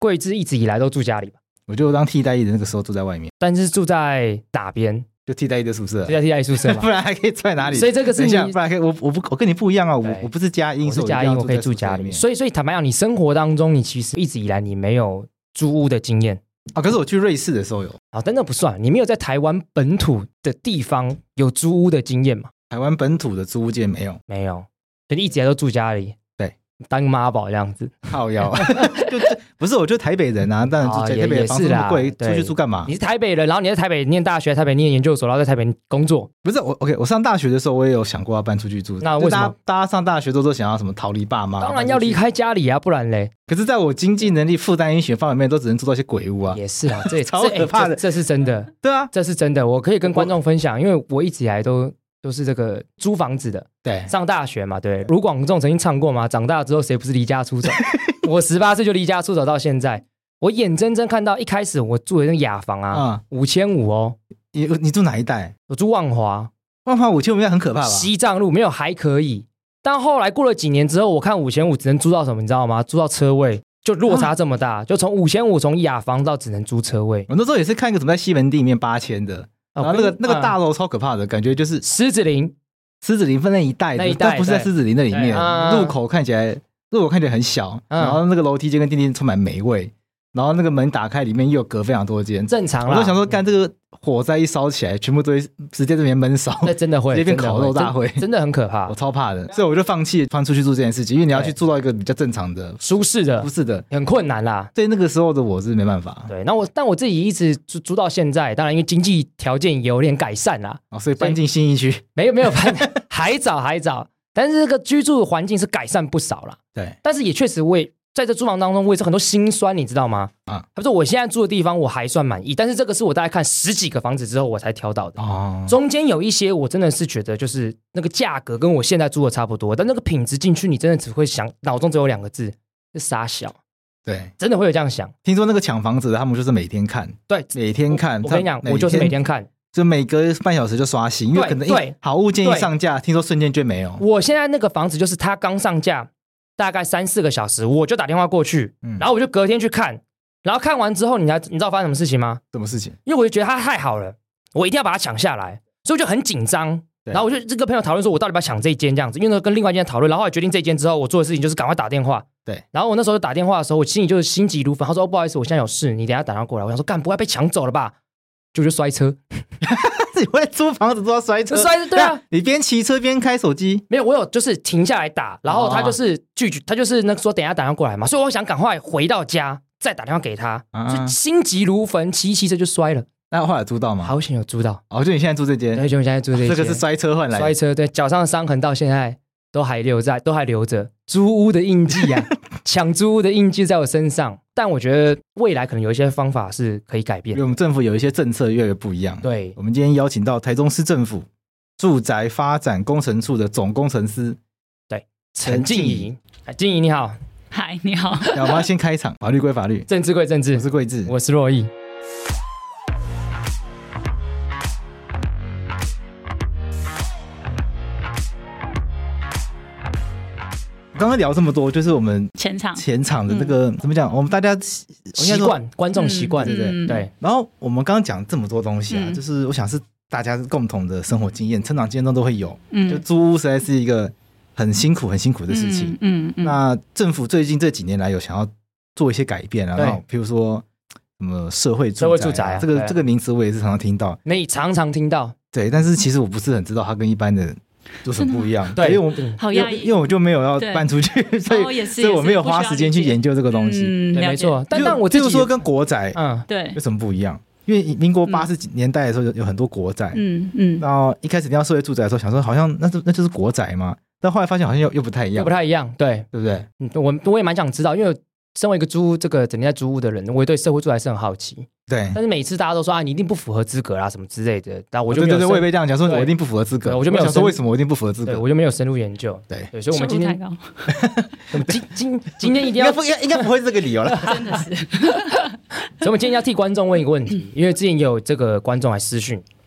桂枝一直以来都住家里吧？ 我就当替代役的那个时候住在外面， 但是住在哪边？ 就替代役的宿舍， 住在替代役宿舍嘛。 不然还可以住在哪里？ 所以这个是你， 不然可以，我跟你不一样啊，我不是家医， 我是家医，我可以住家里。所以坦白讲，你生活当中，你其实一直以来你没有租屋的经验啊。可是我去瑞士的时候有啊，但那不算，你没有在台湾本土的地方有租屋的经验嘛？ 台湾本土的租屋界没有， 就一直以来都住家里。当妈宝这样子， 靠腰就不是，我就台北人啊，当然住台北房子那么贵，出去住干嘛？ 你是台北人，然后你在台北念大学，台北念研究所，然后在台北工作。 不是我 ，OK， 我上大学的时候我也有想过要搬出去住。 那为什么大家上大学都想要什么逃离爸妈？ 当然要离开家里啊，不然嘞。 可是在我经济能力负担允许范围内，都只能住到一些鬼屋啊。 也是啊，这超可怕的， 这是真的。 对啊， 这是真的，我可以跟观众分享，因为我一直以来都是这个租房子的， 对， 上大学嘛，对，卢广仲曾经唱过嘛，长大之后谁不是离家出走？我18岁就离家出走到现在，我眼睁睁看到一开始我住的那个雅房啊，5500哦， 你住哪一带？ 我住万华 ，5500应该很可怕吧？ 西藏路没有还可以，但后来过了几年之后，我看5500只能租到什么，你知道吗？租到车位。就落差这么大，就从5500从雅房到只能租车位。 我那时候也是看一个什么在西门町里面8000的。然后那个大楼超可怕的，感觉就是狮子林分那一带，但不是在狮子林那里面，入口看起来很小，然后那个楼梯间跟电梯充满霉味，然后那个门打开里面又有隔非常多间， 正常啦。 我都想说，干这个火灾一烧起来，全部都会直接这边闷烧， 那真的会直接变烤肉大会， 真的很可怕， 我超怕的，所以我就放弃搬出去住这件事情，因为你要去住到一个比较正常的、 舒适的，很困难啦。 对那个时候的我是没办法。 对，但我自己一直租到现在，当然因为经济条件有点改善啦， 所以搬进信义区， 没有搬，还早，但是这个居住的环境是改善不少啦。 对， 但是也确实在这租房当中，我也是很多辛酸，你知道吗？他说我现在住的地方我还算满意，但是这个是我大概看10几个房子之后我才挑到的。中间有一些我真的是觉得就是那个价格跟我现在租的差不多，但那个品质进去你真的只会想，脑中只有2个字，是傻小。 对， 真的会有这样想。 听说那个抢房子的他们就是每天看， 对， 每天看。 我跟你讲，我就是每天看， 就每隔半小时就刷新，因为可能好物件一上架，听说瞬间就没有。 我现在那个房子就是它刚上架。大概3-4个小时，我就打电话过去，然后我就隔天去看，然后看完之后，你知道发生什么事情吗？ 什么事情？ 因为我就觉得它太好了，我一定要把它抢下来，所以我就很紧张。然后我就这个朋友讨论说，我到底要不要抢这一间这样子，因为跟另外一间讨论，然后后来决定这一间之后，我做的事情就是赶快打电话。 对， 然后我那时候打电话的时候，我心里就是心急如焚。他说：“不好意思，我现在有事，你等一下打电话过来。”我想说，干不会被抢走了吧？就摔车。 你会租房子都要摔车？ 对啊， 你边骑车边开手机？ 没有，我有就是停下来打，然后他就是拒绝，他就是那个说等一下打电话过来嘛，所以我想赶快回到家再打电话给他，就心急如焚，骑车就摔了。 那后来租到吗？ 好险有租到。 就你现在住这间？ 对，就你现在住这间。 这个是摔车换来的。 摔车，对，脚上的伤痕到现在都还留着租屋的印记啊，抢租屋的印记在我身上。但我觉得未来可能有一些方法是可以改变， 因为我们政府有一些政策越来越不一样。 对， 我们今天邀请到台中市政府住宅发展工程处的总工程师， 对，陈静怡。静怡你好。 嗨，你好。 我们要先开场，法律归法律， 政治归政治。 我是桂智， 我是若毅。 刚刚聊这么多，就是我们前场的那个怎么讲？我们大家习惯，观众习惯，对不对？对。 然后我们刚刚讲这么多东西啊，就是我想是大家共同的生活经验、成长经验中都会有。就租屋实在是一个很辛苦的事情。那政府最近这几年来有想要做一些改变啊，然后比如说什么社会住宅啊，这个名词我也是常常听到。 你常常听到？ 对，但是其实我不是很知道它跟一般的有什么不一样？ 对， 因为我就没有要搬出去，所以我没有花时间去研究这个东西。 没错，但我自己说跟国宅， 对， 有什么不一样？因为民国80几年代的时候有很多国宅，然后一开始你要社会住宅的时候，想说好像那就是国宅嘛，但后来发现好像又不太一样， 对不对？ 我也蛮想知道，因为身为一个整天在租屋的人，我也对社会住宅是很好奇。 对， 但是每次大家都说你一定不符合资格啦什么之类的，但我就没有。 对，我也被这样讲，说我一定不符合资格， 我就没有说为什么我一定不符合资格， 我就没有深入研究。 对， 所以我们今天今天一定要应该不会是这个理由了， 真的是。 所以我们今天要替观众问一个问题，因为之前也有这个观众来私讯，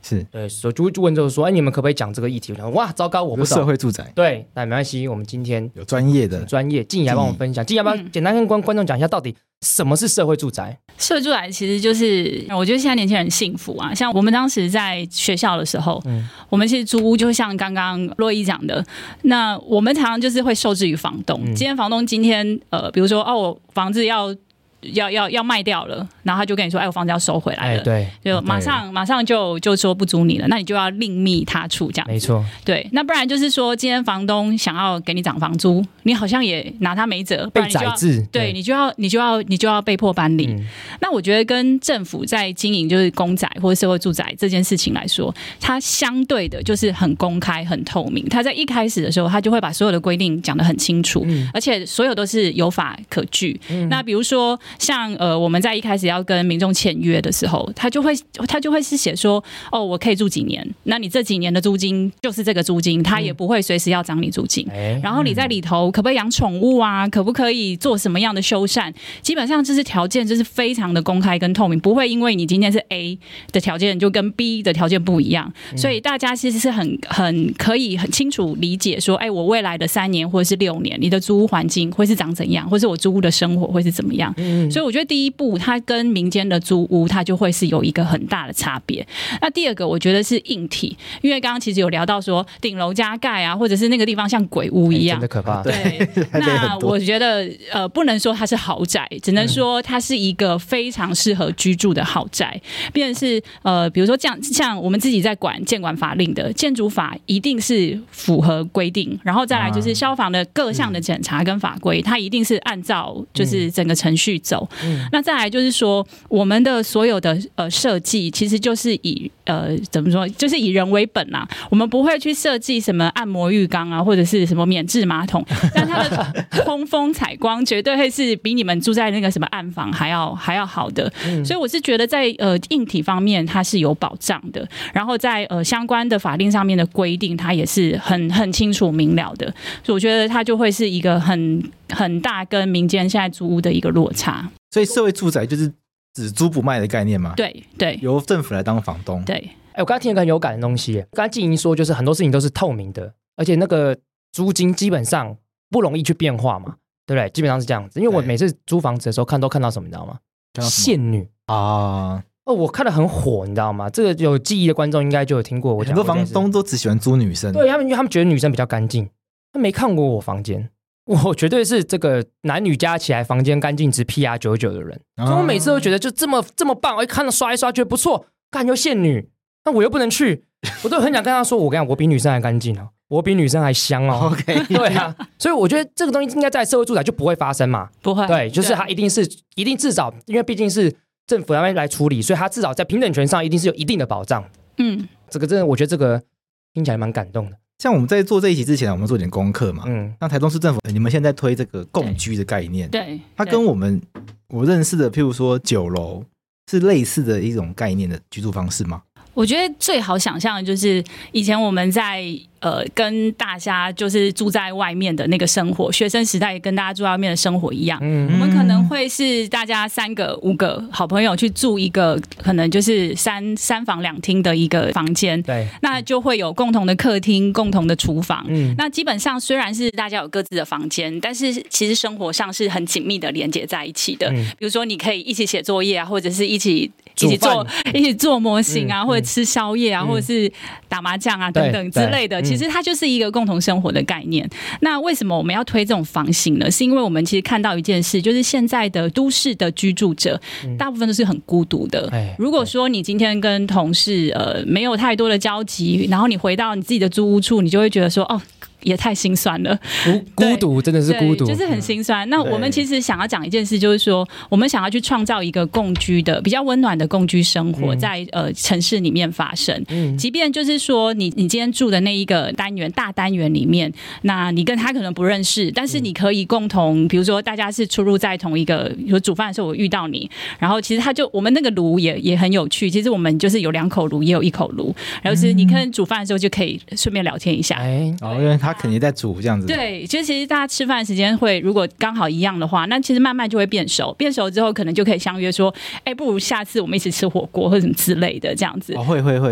是对，所以就问就是说，你们可不可以讲这个议题？我想哇，糟糕，我不懂社会住宅。 对，但没关系，我们今天有专业静怡来帮我们分享。静怡要不要简单跟观众讲一下，到底什么是社会住宅？ 社会住宅其实就是我觉得现在年轻人很幸福啊，像我们当时在学校的时候，我们其实租屋就像刚刚洛伊讲的，那我们常常就是会受制于房东。今天房东比如说我房子要卖掉了，然后他就跟你说，我房子要收回来了， 对， 就马上就说不租你了，那你就要另觅他处这样子， 没错， 对，那不然就是说，今天房东想要给你涨房租，你好像也拿他没辙， 被宰制， 对，你就要被迫搬离。那我觉得跟政府在经营就是公宅或者社会住宅这件事情来说，它相对的就是很公开、很透明。它在一开始的时候，它就会把所有的规定讲得很清楚，而且所有都是有法可据。那比如说像我们在一开始要跟民众签约的时候，他就会是写说，我可以住几年，那你这几年的租金就是这个租金，他也不会随时要涨你租金。然后你在里头可不可以养宠物啊？可不可以做什么样的修缮？基本上这是条件，就是非常的公开跟透明，不会因为你今天是 A 的条件就跟 B 的条件不一样，所以大家其实是很可以很清楚理解说，我未来的3年或者是6年，你的租屋环境会是长怎样，或是我租屋的生活会是怎么样。所以我觉得第一步，它跟民间的租屋，它就会是有一个很大的差别。那第二个，我觉得是硬体，因为刚刚其实有聊到说顶楼加盖啊，或者是那个地方像鬼屋一样， 真的可怕。 对，那我觉得不能说它是豪宅，只能说它是一个非常适合居住的豪宅。变成是比如说这样，像我们自己在管建管法令的建筑法，一定是符合规定，然后再来就是消防的各项的检查跟法规，它一定是按照就是整个程序走。那再来就是说，我们的所有的设计，其实就是以怎么说，就是以人为本啦。我们不会去设计什么按摩浴缸啊，或者是什么免治马桶，但它的通风采光绝对会是比你们住在那个什么暗房还要好的。所以我是觉得在硬体方面它是有保障的，然后在相关的法令上面的规定，它也是很清楚明了的。所以我觉得它就会是一个很大跟民间现在租屋的一个落差。 所以社会住宅就是只租不卖的概念吗？ 对对， 由政府来当房东。 对， 我刚才听了个很有感的东西，刚才静怡说就是很多事情都是透明的，而且那个租金基本上不容易去变化嘛，对不对？基本上是这样子。因为我每次租房子的时候都看到什么，你知道吗？限女啊。我看得很火，你知道吗？这个有记忆的观众应该就有听过我讲。 很多房东都只喜欢租女生， 对，因为他们觉得女生比较干净。他没看过我房间，我绝对是这个男女加起来房间干净值 PR99 的人。所以我每次都觉得就这么棒，我一看到刷一刷觉得不错，干又限女，那我又不能去，我都很想跟他说，我跟你讲，我比女生还干净哦，我比女生还香哦。 OK， 对啊，所以我觉得这个东西应该在社会住宅就不会发生嘛， 不会， 对，就是它一定至少，因为毕竟是政府那边来处理，所以它至少在平等权上一定是有一定的保障。这个真的，我觉得这个听起来蛮感动的。 像我们在做这一集之前，我们做点功课嘛。那台中市政府，你们现在推这个共居的概念， 对， 它跟我认识的，譬如说酒楼，是类似的一种概念的居住方式吗？ 我觉得最好想象的就是以前我们在跟大家就是住在外面的那个生活，学生时代跟大家住在外面的生活一样。我们可能会是大家3个5个好朋友去住一个可能就是三房2厅的一个房间， 对， 那就会有共同的客厅、共同的厨房。那基本上虽然是大家有各自的房间，但是其实生活上是很紧密的连接在一起的。比如说你可以一起写作业啊，或者是一起做模型啊，或者吃宵夜啊，或者是打麻将啊等等之类的。其实它就是一个共同生活的概念。那为什么我们要推这种房型呢？是因为我们其实看到一件事，就是现在的都市的居住者，大部分都是很孤独的。如果说你今天跟同事没有太多的交集，然后你回到你自己的租屋处，你就会觉得说，也太心酸了， 孤独真的是孤独， 就是很心酸。那我们其实想要讲一件事，就是说我们想要去创造一个共居的比较温暖的共居生活，在城市里面发生。即便就是说你今天住的那一个大单元里面，那你跟他可能不认识，但是你可以共同，比如说大家是出入在同一个，比如煮饭的时候我遇到你，然后其实我们那个炉也很有趣。其实我们就是有2口炉，也有1口炉，然后是你跟煮饭的时候就可以顺便聊天一下。 因为他肯定在煮这样子。 对，就其实大家吃饭的时间会如果刚好一样的话，那其实慢慢就会变熟之后可能就可以相约说，不如下次我们一起吃火锅或者什么之类的这样子。 会。 对，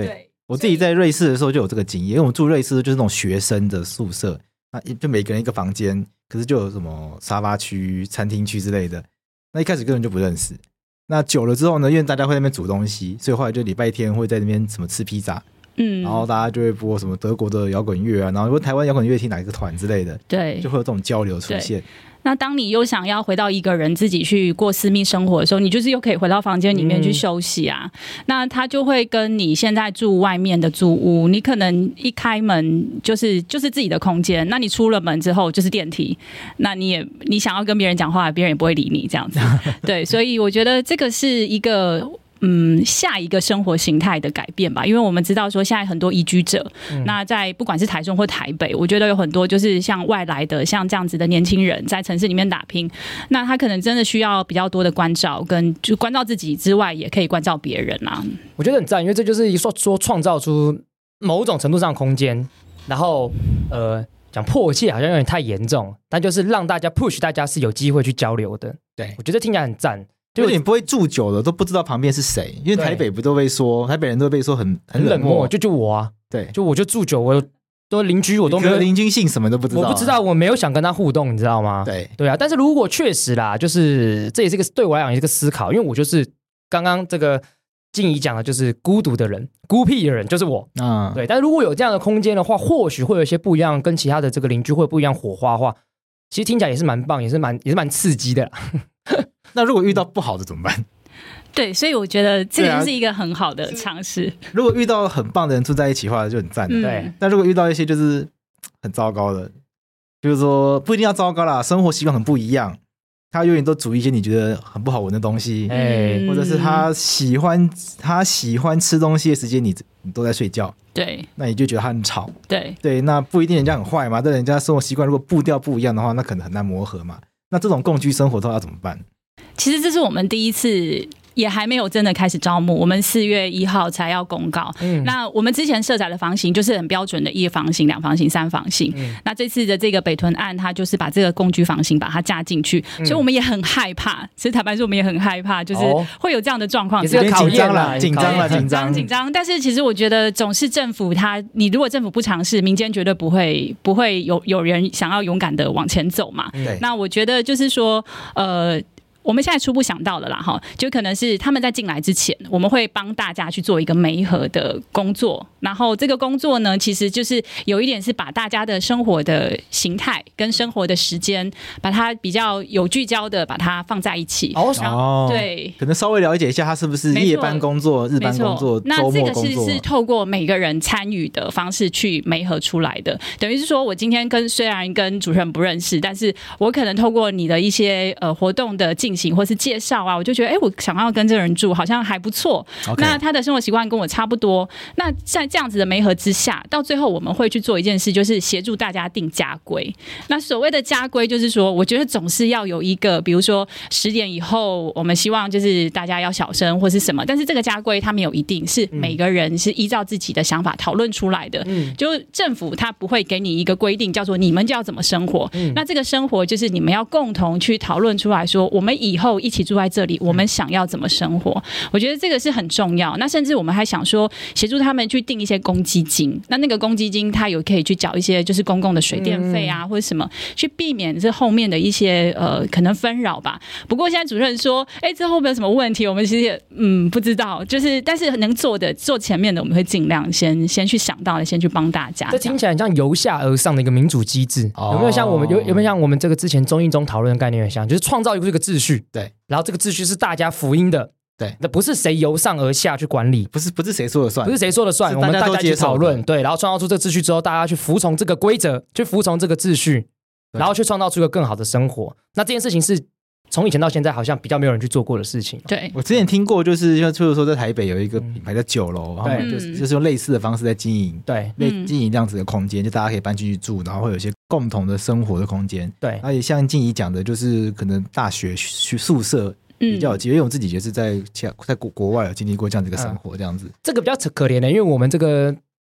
我自己在瑞士的时候就有这个经验，因为我们住瑞士就是那种学生的宿舍，那就每个人一个房间，可是就有什么沙发区、餐厅区之类的。那一开始根本就不认识，那久了之后呢，因为大家会在那边煮东西，所以后来就礼拜天会在那边什么吃披萨，然后大家就会播什么德国的摇滚乐啊，然后台湾摇滚乐听哪一个团之类的， 对， 就会有这种交流出现。 那当你又想要回到一个人自己去过私密生活的时候，你就是又可以回到房间里面去休息啊。那他就会跟你现在住外面的租屋，你可能一开门就是自己的空间，那你出了门之后就是电梯，那你想要跟别人讲话，别人也不会理你这样子。对，所以我觉得这个是一个下一个生活形态的改变吧，因为我们知道说现在很多移居者，那在不管是台中或台北，我觉得有很多就是像外来的像这样子的年轻人在城市里面打拼，那他可能真的需要比较多的关照，跟就关照自己之外，也可以关照别人啊。 我觉得很赞，因为这就是说创造出某种程度上的空间，然后讲迫切好像有点太严重，但就是让大家 push 大家是有机会去交流的。 对， 我觉得听起来很赞。 就你不会住久了都不知道旁边是谁，因为台北不都被说，台北人都被说很冷漠， 就我啊， 对， 就我就住久，我都邻居我都没有邻居姓什么都不知道， 我不知道，我没有想跟他互动，你知道吗？对啊，但是如果确实啦，就是这也是一个对我来讲也是个思考，因为我就是刚刚这个静怡讲的，就是孤独的人、孤僻的人，就是我对。但是如果有这样的空间的话，或许会有一些不一样，跟其他的这个邻居会有不一样火花的话，其实听起来也是蛮棒，也是蛮刺激的啦。 那如果遇到不好的怎么办？ 对，所以我觉得这个就是一个很好的尝试。 如果遇到很棒的人住在一起的话，就很赞。对，但如果遇到一些就是很糟糕的，就是说不一定要糟糕啦，生活习惯很不一样，他永远都煮一些你觉得很不好闻的东西，或者是他喜欢吃东西的时间你都在睡觉， 对， 那你就觉得他很吵， 对， 那不一定人家很坏嘛，但人家生活习惯如果步调不一样的话，那可能很难磨合嘛。那这种共居生活都要怎么办？ 其实这是我们第一次，也还没有真的开始招募，我们4月1号才要公告。那我们之前设宅的房型就是很标准的1房型、2房型、3房型。那这次的这个北屯案，它就是把这个共居房型把它加进去，所以我们也很害怕。其实坦白说，我们也很害怕，就是会有这样的状况， 也是考验了， 紧张。但是其实我觉得，总是政府你如果政府不尝试，民间绝对不会有人想要勇敢的往前走嘛。那我觉得就是说，我们现在初步想到了啦，就可能是他们在进来之前，我们会帮大家去做一个媒合的工作，然后这个工作呢，其实就是有一点是把大家的生活的形态跟生活的时间，把它比较有聚焦的把它放在一起。对， 可能稍微了解一下他是不是夜班工作、日班工作、周末工作。那这个是透过每个人参与的方式去媒合出来的，等于是说我今天虽然跟主持人不认识，但是我可能透过你的一些活动的进行或是介绍啊，我就觉得我想要跟这个人住好像还不错，那他的生活习惯跟我差不多，那在这样子的媒合之下，到最后我们会去做一件事，就是协助大家定家规。那所谓的家规就是说，我觉得总是要有一个，比如说10点以后我们希望就是大家要小声或是什么，但是这个家规它没有一定是每个人是依照自己的想法讨论出来的，就政府它不会给你一个规定叫做你们就要怎么生活，那这个生活就是你们要共同去讨论出来说，我们以后一起住在这里，我们想要怎么生活，我觉得这个是很重要。那甚至我们还想说协助他们去定一些公积金，那个公积金它有可以去缴一些就是公共的水电费啊，或者什么，去避免这后面的一些可能纷扰吧。不过现在主任说这后面有什么问题，我们其实也不知道，就是但是能做前面的我们会尽量先去想到的先去帮大家。 这听起来很像由下而上的一个民主机制，有没有像我们有没有像我们这个之前中印中讨论的概念很像，就是创造一个秩序， 对， 然后这个秩序是大家福音的， 对， 那不是谁由上而下去管理， 不是谁说了算， 不是谁说了算，我们大家一起讨论，对，然后创造出这个秩序之后，大家去服从这个规则，去服从这个秩序，然后去创造出一个更好的生活。那这件事情是从以前到现在好像比较没有人去做过的事情。 对， 我之前听过，就是譬如说在台北有一个品牌叫9楼，然后就是用类似的方式在经营，对，经营这样子的空间，就大家可以搬进去住，然后会有一些共同的生活的空间。对，而且像静怡讲的，就是可能大学宿舍比较有机会，因为我自己也是在国外有经历过这样子一个生活，这样子。这个比较可怜的，因为我们这个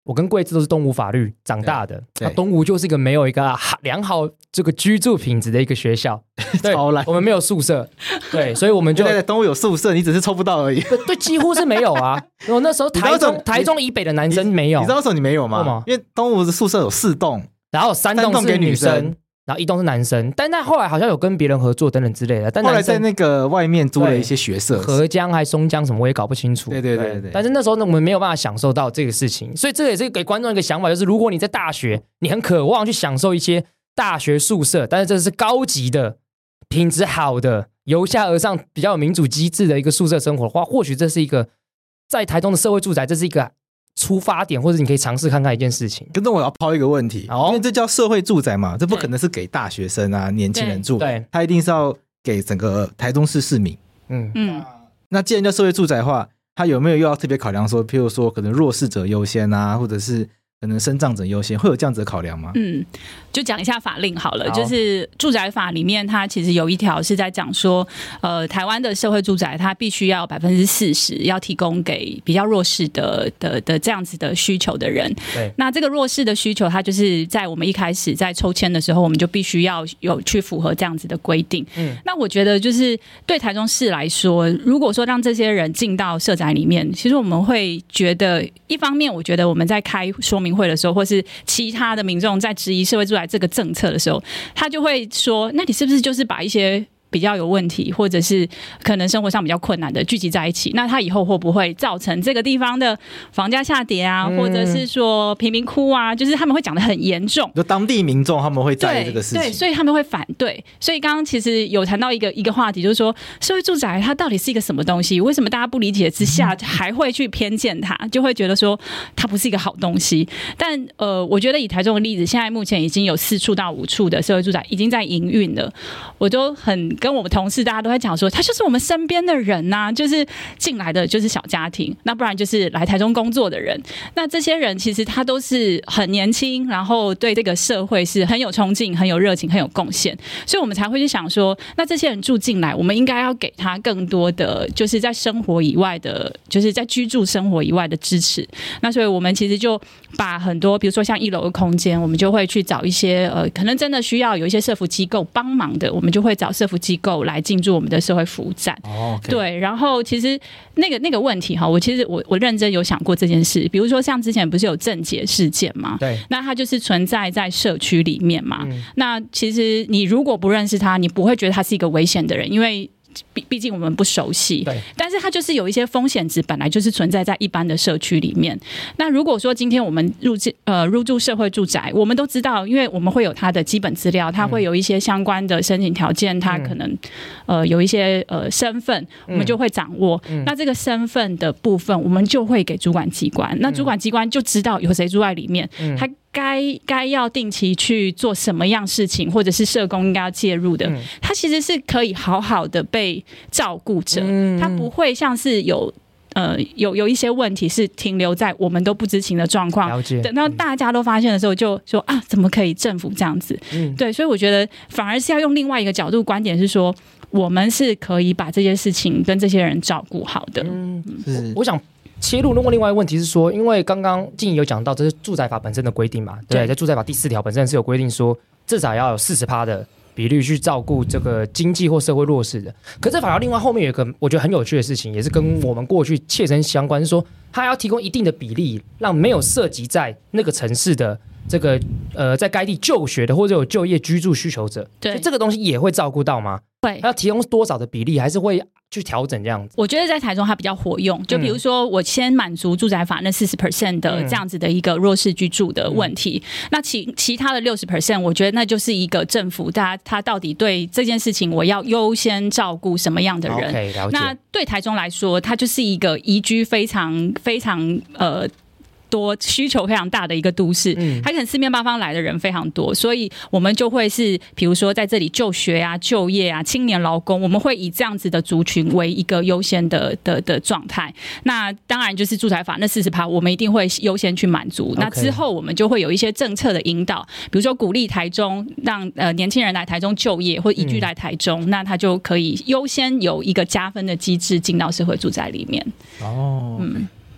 我跟贵志都是东吴法律长大的，那东吴就是一个没有一个良好这个居住品质的一个学校，对，我们没有宿舍，对，所因为我们就东吴有宿舍，你只是抽不到而已。 对，几乎是没有啊。我那时候台中以北的男生没有， 你知道为什么你没有吗？因为东吴的宿舍有4栋， 然后有3栋是女生。然后1栋是男生，但后来好像有跟别人合作等等之类的。但后来在那个外面租了一些学社， 合江还松江什么我也搞不清楚。 对。 但是那时候呢，我们没有办法享受到这个事情，所以这也是给观众一个想法，就是如果你在大学，你很渴望去享受一些大学宿舍，但是这是高级的、品质好的、由下而上比较有民主机制的一个宿舍生活的话，或许这是一个在台中的社会住宅，这是一个出发点，或者你可以尝试看看一件事情。 可是我要抛一个问题，因为这叫社会住宅嘛，这不可能是给大学生啊、年轻人住，对，它一定是要给整个台中市市民。那既然叫社会住宅的话，它有没有又要特别考量说，譬如说可能弱势者优先啊，或者是可能身障者优先，会有这样子的考量吗？ 就讲一下法令好了，就是住宅法里面，它其实有一条是在讲说，台湾的社会住宅它必须要40%要提供给比较弱势的这样子的需求的人。 对， 那这个弱势的需求，它就是在我们一开始在抽签的时候，我们就必须要有去符合这样子的规定。那我觉得就是对台中市来说，如果说让这些人进到社宅里面，其实我们会觉得，一方面我觉得我们在开说明会的时候，或是其他的民众在质疑社会住宅这个政策的时候，他就会说，那你是不是就是把一些比较有问题，或者是可能生活上比较困难的聚集在一起，那他以后会不会造成这个地方的房价下跌啊，或者是说贫民窟啊，就是他们会讲得很严重， 就当地民众他们会在意这个事情， 对，所以他们会反对。所以刚刚其实有谈到一个话题，就是说社会住宅它到底是一个什么东西？为什么大家不理解之下还会去偏见它，就会觉得说它不是一个好东西？但我觉得以台中的例子，现在目前已经有4处到5处的社会住宅已经在营运了，我都很跟我们同事大家都在讲说，他就是我们身边的人啊，就是进来的就是小家庭，那不然就是来台中工作的人。那这些人其实他都是很年轻，然后对这个社会是很有冲劲、很有热情、很有贡献，所以我们才会去想说，那这些人住进来，我们应该要给他更多的，就是在生活以外的，就是在居住生活以外的支持。那所以我们其实就把很多，比如说像1楼的空间，我们就会去找一些可能真的需要有一些社福机构帮忙的，我们就会找社福机构来进驻我们的社会服务站。对，然后其实那个问题哈，我认真有想过这件事。比如说像之前不是有郑捷事件嘛？ 对， 那它就是存在在社区里面嘛。那其实你如果不认识他，你不会觉得他是一个危险的人，因为毕竟我们不熟悉，但是它就是有一些风险值，本来就是存在在一般的社区里面。那如果说今天我们入住社会住宅，我们都知道，因为我们会有它的基本资料，它会有一些相关的申请条件，它可能有一些身份，我们就会掌握。那这个身份的部分，我们就会给主管机关，那主管机关就知道有谁住在里面，他该要定期去做什么样事情，或者是社工应该要介入的，他其实是可以好好的被照顾着，他不会像是有一些问题是停留在我们都不知情的状况，等到大家都发现的时候就说啊，怎么可以政府这样子？对，所以我觉得反而是要用另外一个角度，观点是说，我们是可以把这些事情跟这些人照顾好的。 我想切入另外一个问题是说，因为刚刚静怡有讲到这是住宅法本身的规定嘛，对，在住宅法第4条本身是有规定说，至少要有40%的比率去照顾这个经济或社会弱势的。可是这法条另外后面有一个我觉得很有趣的事情，也是跟我们过去切身相关，是说它要提供一定的比例，让没有涉及在那个城市的这个在该地就学的或者有就业居住需求者，对，这个东西也会照顾到吗？ 会， 要提供多少的比例，还是会去调整这样子？ 我觉得在台中它比较活用，就比如说我先满足住宅法那40% 的这样子的一个弱势居住的问题，那其他的60%，我觉得那就是一个政府他到底对这件事情我要优先照顾什么样的人。 Okay, 了解。 那对台中来说，它就是一个宜居非常非常多需求非常大的一个都市，它可能四面八方来的人非常多，所以我们就会是比如说在这里就学啊、就业啊、青年劳工，我们会以这样子的族群为一个优先的状态。那当然就是住宅法那40%，我们一定会优先去满足。那之后我们就会有一些政策的引导，比如说鼓励台中让年轻人来台中就业或移居来台中，那他就可以优先有一个加分的机制进到社会住宅里面。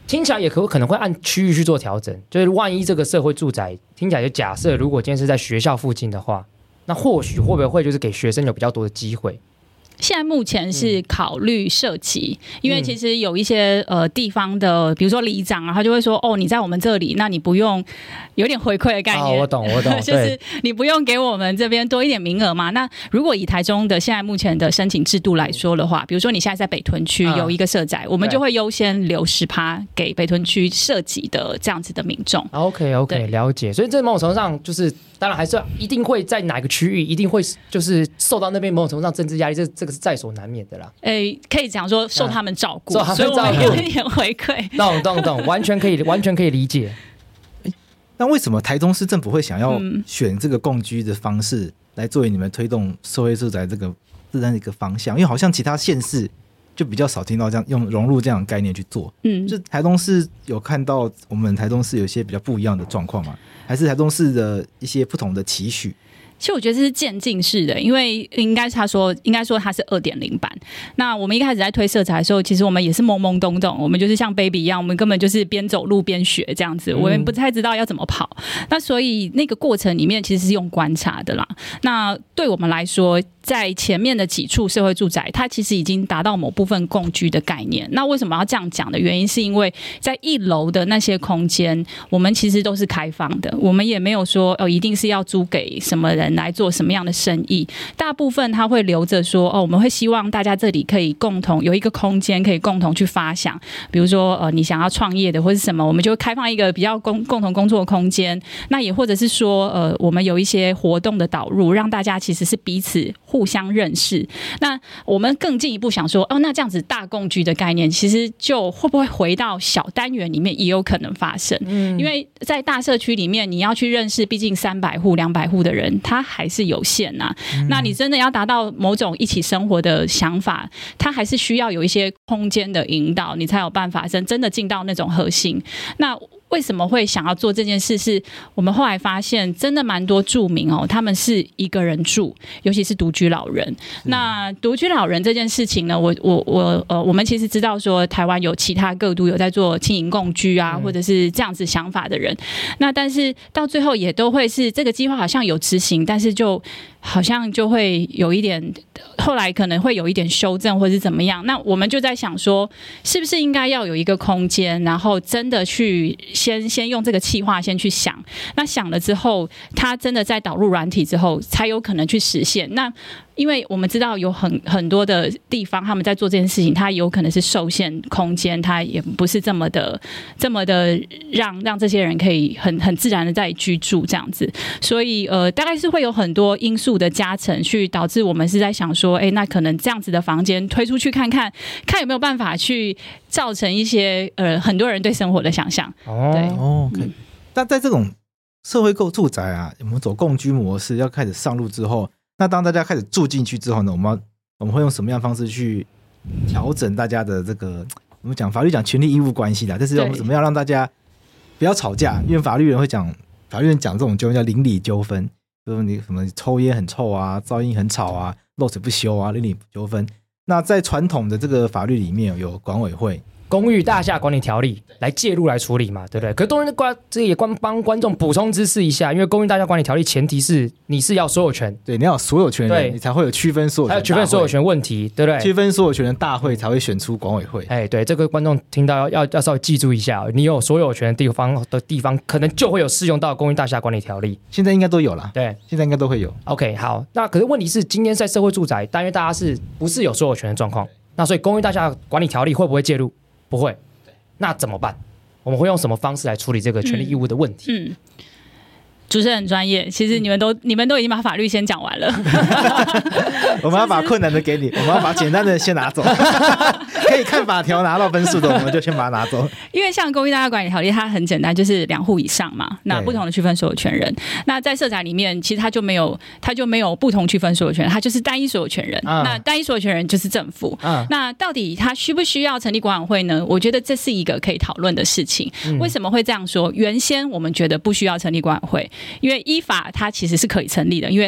听起来也可能会按区域去做调整，就是万一这个社会住宅听起来就假设，如果今天是在学校附近的话，那或许会不会就是给学生有比较多的机会？ 现在目前是考虑设籍，因为其实有一些地方的，比如说里长啊，他就会说哦，你在我们这里，那你不用有点回馈的概念， 我懂， 就是你不用给我们这边多一点名额嘛。那如果以台中的现在目前的申请制度来说的话，比如说你现在在北屯区有一个社宅，我们就会优先留10%给北屯区设籍的这样子的民众。 OK， 了解。所以这某种程度上就是。当然还是一定会在哪个区域一定会就是受到那边某种程度上政治压力，这个是在所难免的啦。 可以讲说受他们照顾， 所以我们有一点回馈。 懂，完全可以理解。 那为什么台中市政府会想要选这个共居的方式来作为你们推动社会住宅这样的一个方向？因为好像其他县市就比较少听到这样用融入这样的概念去做。就台中市有看到我们台中市有一些比较不一样的状况吗？还是台中市的一些不同的期许？ 其实我觉得这是渐进式的，因为应该说它是 2.0 版。那我们一开始在推社宅的时候，其实我们也是懵懵懂懂，我们就是像 baby 一样，我们根本就是边走路边学这样子，我们不太知道要怎么跑。那所以那个过程里面其实是用观察的啦。那对我们来说，在前面的几处社会住宅，它其实已经达到某部分共居的概念。那为什么要这样讲的原因，是因为在1楼的那些空间，我们其实都是开放的，我们也没有说一定是要租给什么人来做什么样的生意。大部分他会留着说我们会希望大家这里可以共同有一个空间，可以共同去发想。比如说你想要创业的或是什么，我们就会开放一个比较共同工作的空间。那也或者是说我们有一些活动的导入，让大家其实是彼此互相认识。那我们更进一步想说那这样子大共居的概念其实就会不会回到小单元里面也有可能发生。因为在大社区里面你要去认识毕竟300户200户的人，他还是有限啊。那你真的要达到某种一起生活的想法，他还是需要有一些空间的引导，你才有办法真的进到那种核心。那为什么会想要做这件事，是我们后来发现真的蛮多住民他们是一个人住，尤其是独居老人。那独居老人这件事情呢，我们其实知道说台湾有其他各都有在做青银共居啊，或者是这样子想法的人。那但是到最后也都会是这个计划好像有执行，但是就好像就会有一点，后来可能会有一点修正或是怎么样。那我们就在想说，是不是应该要有一个空间，然后真的去先用这个企划先去想，那想了之后，他真的在导入软体之后，才有可能去实现。那因为我们知道有很多的地方他们在做这件事情，它有可能是受限空间，它也不是这么的让这些人可以很自然的在居住这样子。所以大概是会有很多因素的加成，去导致我们是在想说那可能这样子的房间推出去看有没有办法去造成一些很多人对生活的想象。对 ，OK。那在这种社会住宅啊，我们走共居模式要开始上路之后，那当大家开始住进去之后呢，我们会用什么样的方式去调整大家的这个我们讲法律讲权利义务关系的，但是我们怎么样让大家不要吵架？因为法律人讲这种纠纷叫邻里纠纷，就是你什么抽烟很臭啊，噪音很吵啊，漏水不修啊，邻里纠纷。那在传统的这个法律里面有管委会。 公寓大厦管理条例来介入来处理嘛，对不对？可是这也帮观众补充知识一下，因为公寓大厦管理条例前提是你是要所有权， 对，你要有所有权人，你才会有区分所有权， 还有区分所有权问题，对不对？ 区分所有权的大会才会选出管委会。 对，这个观众听到要稍微记住一下，你有所有权的地方，可能就会有适用到公寓大厦管理条例。 现在应该都有了， 对， 现在应该都会有。 OK， 好，那可是问题是，今天在社会住宅，但因为大家不是有所有权的状况，那所以公寓大厦管理条例会不会介入？不会。那怎么办？我们会用什么方式来处理这个权利义务的问题？ 主持人很专业，其实你们都已经把法律先讲完了。 我们要把困难的给你，我们要把简单的先拿走。可以看法条拿到分数的，我们就先把它拿走。 因为像公寓大厦管理条例，它很简单，就是2户以上嘛，那不同的区分所有权人。那在社宅里面，其实它就没有不同区分所有权人，它就是单一所有权人。那单一所有权人就是政府。那到底它需不需要成立管委会呢？我觉得这是一个可以讨论的事情。为什么会这样说？原先我们觉得不需要成立管委会，因为依法它其实是可以成立的，因为它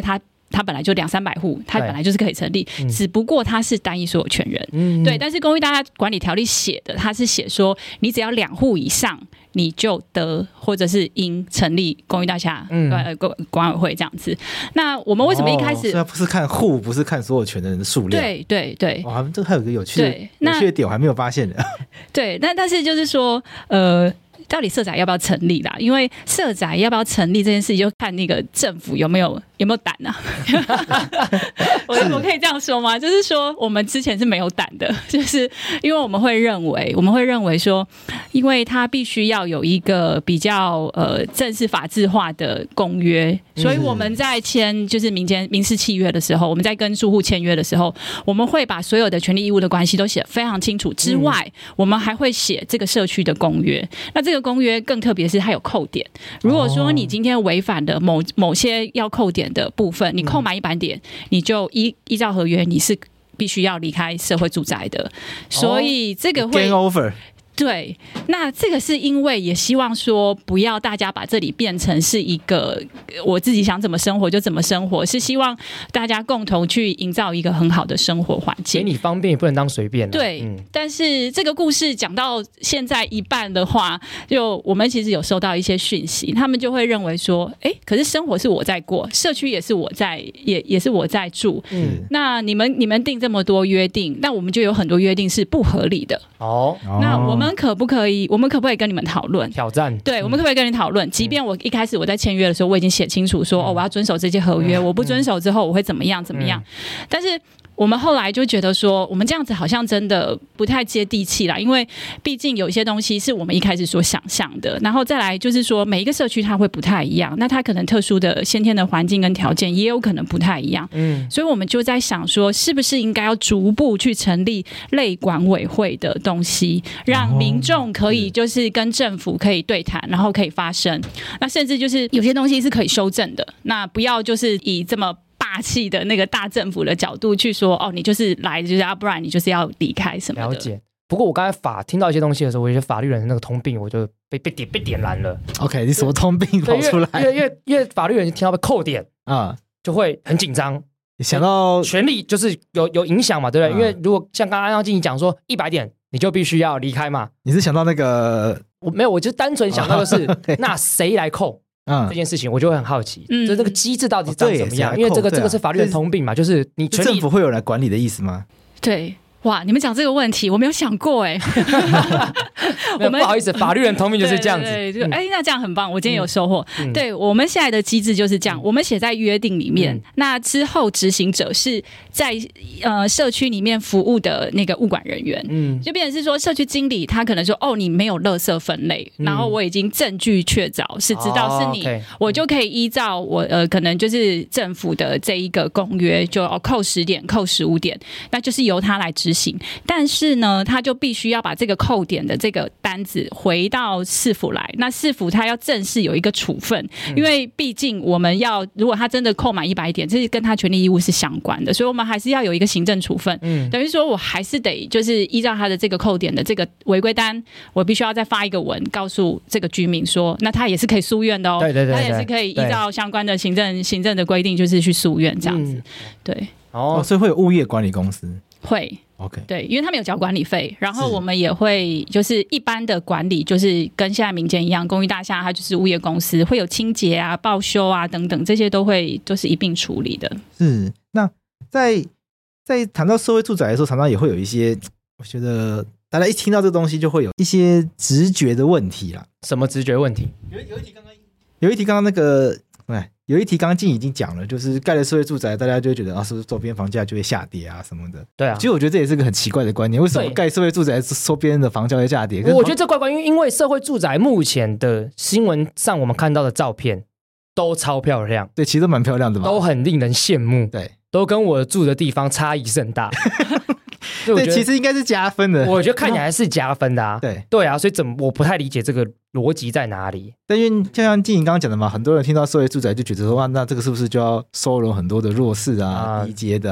它本来就200-300户，它本来就是可以成立，只不过它是单一所有权人，对。但是公寓大厦管理条例写的，它是写说你只要2户以上，你就得或者是应成立公寓大厦管委会这样子。那我们为什么一开始不是看户，不是看所有权的人的数量？ 对。 哇，这个还有一个有趣的点，我还没有发现的。 对，但是就是说，到底社宅要不要成立啦？因为社宅要不要成立这件事，就看那个政府有没有胆啊？我可以这样说吗？就是说，我们之前是没有胆的，就是因为我们会认为说，因为它必须要有一个比较正式法制化的公约，所以我们在签就是民事契约的时候，我们在跟住户签约的时候，我们会把所有的权利义务的关系都写得非常清楚。之外，我们还会写这个社区的公约。那这个公约更特别是它有扣点，如果说你今天违反的某些要扣点的部分，你扣满100点，你就依照合约你是必须要离开社会住宅的，所以这个会 game over。 对，那这个是因为也希望说不要大家把这里变成是一个我自己想怎么生活就怎么生活，是希望大家共同去营造一个很好的生活环境。 给你方便也不能当随便。 对，但是这个故事讲到现在一半的话，就我们其实有收到一些讯息，他们就会认为说，可是生活是我在过，社区也是我在也是我在住，那你们定这么多约定，那我们就有很多约定是不合理的。那我们可不可以跟你们讨论挑战？ 对，我们可不可以跟你讨论？即便我一开始我在签约的时候，我已经写清楚说，我要遵守这些合约，我不遵守之后我会怎么样，但是我们后来就觉得说，我们这样子好像真的不太接地气啦，因为毕竟有一些东西是我们一开始所想象的，然后再来就是说，每一个社区它会不太一样，那它可能特殊的先天的环境跟条件也有可能不太一样，所以我们就在想说，是不是应该要逐步去成立类管委会的东西，让民众可以就是跟政府可以对谈，然后可以发声，那甚至就是有些东西是可以修正的，那不要就是以这么霸气的那个大政府的角度去说，你就是来就是不然你就是要离开什么的。 了解。不过我刚才听到一些东西的时候，我觉得法律人的那个通病，我就被点燃了。 OK， 你什么通病跑出来？ 因为法律人听到被扣点啊，就会很紧张。 想到权利就是有影响嘛，对不对？因为如果像刚刚安静讲说100点，你就必须要离开嘛。 你是想到那个？ 我没有，我就单纯想到的是，那谁来扣？这件事情我就会很好奇，就这个机制到底长怎么样？因为这个是法律的通病嘛，就是你权利政府会有来管理的意思吗？ 对。哇，你们讲这个问题我没有想过不好意思，法律人通病就是这样子。 对，那这样很棒，我今天有收获。对，我们现在的机制就是这样，我们写在约定里面，那之后执行者是在社区里面服务的那个物管人员，就变成是说社区经理他可能说你没有垃圾分类，然后我已经证据确凿是知道是你，我就可以依照我可能就是政府的这一个公约，就扣10点扣15点，那就是由他来执行。但是呢，他就必须要把这个扣点的这个单子回到市府来，那市府他要正式有一个处分，因为毕竟我们要如果他真的扣满100点，这是跟他权利义务是相关的，所以我们还是要有一个行政处分，等于说我还是得就是依照他的这个扣点的这个违规单，我必须要再发一个文告诉这个居民说，那他也是可以诉愿的哦， 对， 他也是可以依照相关的行政的规定就是去诉愿这样子，对， 所以会有物业管理公司。 会 OK， 对，因为他们有缴管理费，然后我们也会就是一般的管理，就是跟现在民间一样，公寓大厦它就是物业公司，会有清洁啊、报修啊等等，这些都是一并处理的。 是，那在谈到社会住宅的时候，常常也会有一些，我觉得大家一听到这个东西就会有一些直觉的问题啦。 什么直觉问题？ 有一题刚刚那个。有一题刚刚静已经讲了，就是盖了社会住宅，大家就会觉得是不是周边房价就会下跌啊什么的。 对啊， 其实我觉得这也是个很奇怪的观念，为什么盖社会住宅周边的房价会下跌？ 我觉得这怪怪，因为社会住宅目前的新闻上我们看到的照片都超漂亮， 对，其实都蛮漂亮的嘛， 都很令人羡慕， 对， 都跟我住的地方差异甚大。 对，其实应该是加分的， 我觉得看起来是加分的啊。对啊，所以我不太理解这个逻辑在哪里。 但因为就像静莹刚刚讲的嘛，很多人听到社会住宅就觉得说，那这个是不是就要收容很多的弱势啊、低阶的啊？